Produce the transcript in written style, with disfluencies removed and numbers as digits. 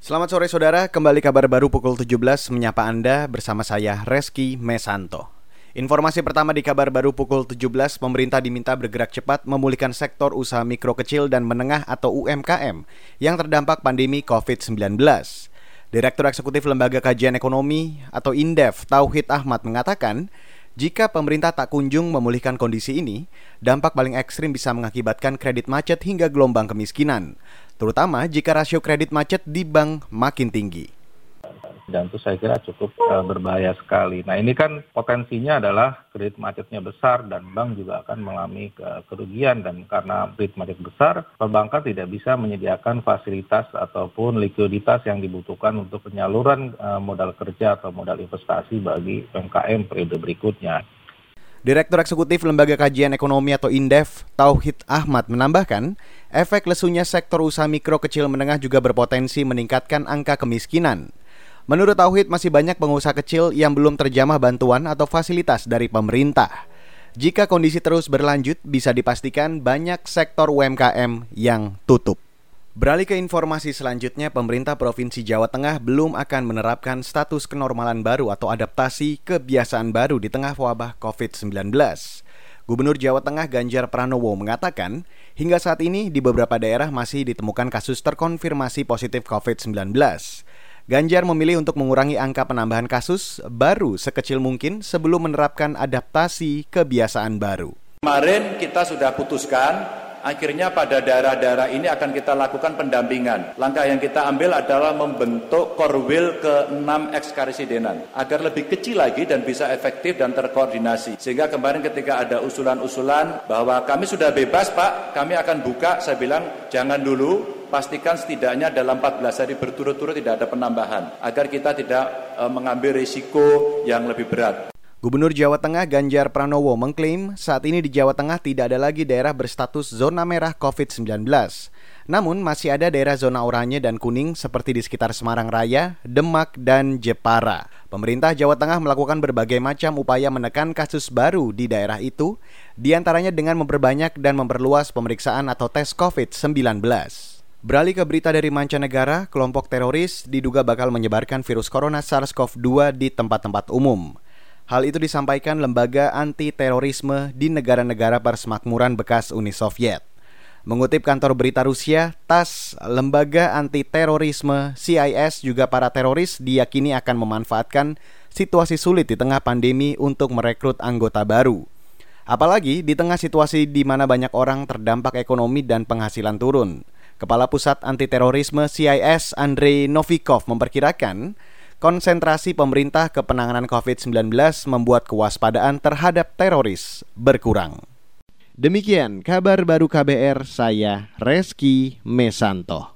Selamat sore saudara, kembali kabar baru pukul 17 menyapa Anda bersama saya Reski Mesanto. Informasi pertama di kabar baru pukul 17, pemerintah diminta bergerak cepat memulihkan sektor usaha mikro kecil dan menengah atau UMKM yang terdampak pandemi COVID-19. Direktur Eksekutif Lembaga Kajian Ekonomi atau Indef, Tauhid Ahmad mengatakan, jika pemerintah tak kunjung memulihkan kondisi ini, dampak paling ekstrim bisa mengakibatkan kredit macet hingga gelombang kemiskinan, terutama jika rasio kredit macet di bank makin tinggi. Dan itu saya kira cukup berbahaya sekali. Nah ini kan potensinya adalah kredit macetnya besar dan bank juga akan mengalami kerugian. Dan karena kredit macet besar, perbankan tidak bisa menyediakan fasilitas ataupun likuiditas yang dibutuhkan untuk penyaluran modal kerja atau modal investasi bagi UMKM periode berikutnya. Direktur Eksekutif Lembaga Kajian Ekonomi atau Indef, Tauhid Ahmad menambahkan, efek lesunya sektor usaha mikro kecil menengah juga berpotensi meningkatkan angka kemiskinan. Menurut Tauhid, masih banyak pengusaha kecil yang belum terjamah bantuan atau fasilitas dari pemerintah. Jika kondisi terus berlanjut, bisa dipastikan banyak sektor UMKM yang tutup. Beralih ke informasi selanjutnya, pemerintah Provinsi Jawa Tengah belum akan menerapkan status kenormalan baru atau adaptasi kebiasaan baru di tengah wabah COVID-19. Gubernur Jawa Tengah Ganjar Pranowo mengatakan, hingga saat ini di beberapa daerah masih ditemukan kasus terkonfirmasi positif COVID-19. Ganjar memilih untuk mengurangi angka penambahan kasus baru sekecil mungkin sebelum menerapkan adaptasi kebiasaan baru. Kemarin kita sudah putuskan, akhirnya pada daerah-daerah ini akan kita lakukan pendampingan. Langkah yang kita ambil adalah membentuk Korwil ke-6 Ekskarisidenan agar lebih kecil lagi dan bisa efektif dan terkoordinasi. Sehingga kemarin ketika ada usulan-usulan bahwa kami sudah bebas Pak, kami akan buka, saya bilang jangan dulu. Pastikan setidaknya dalam 14 hari berturut-turut tidak ada penambahan, agar kita tidak mengambil risiko yang lebih berat. Gubernur Jawa Tengah Ganjar Pranowo mengklaim saat ini di Jawa Tengah tidak ada lagi daerah berstatus zona merah COVID-19. Namun masih ada daerah zona oranye dan kuning seperti di sekitar Semarang Raya, Demak, dan Jepara. Pemerintah Jawa Tengah melakukan berbagai macam upaya menekan kasus baru di daerah itu, diantaranya dengan memperbanyak dan memperluas pemeriksaan atau tes COVID-19. Beralih ke berita dari mancanegara, kelompok teroris diduga bakal menyebarkan virus corona SARS-CoV-2 di tempat-tempat umum. Hal itu disampaikan Lembaga Anti-Terorisme di negara-negara persemakmuran bekas Uni Soviet. Mengutip kantor berita Rusia, TASS, Lembaga Anti-Terorisme CIS juga para teroris diyakini akan memanfaatkan situasi sulit di tengah pandemi untuk merekrut anggota baru. Apalagi di tengah situasi di mana banyak orang terdampak ekonomi dan penghasilan turun. Kepala Pusat Anti-Terorisme CIS Andrei Novikov memperkirakan konsentrasi pemerintah ke penanganan COVID-19 membuat kewaspadaan terhadap teroris berkurang. Demikian kabar baru KBR, saya Reski Mesanto.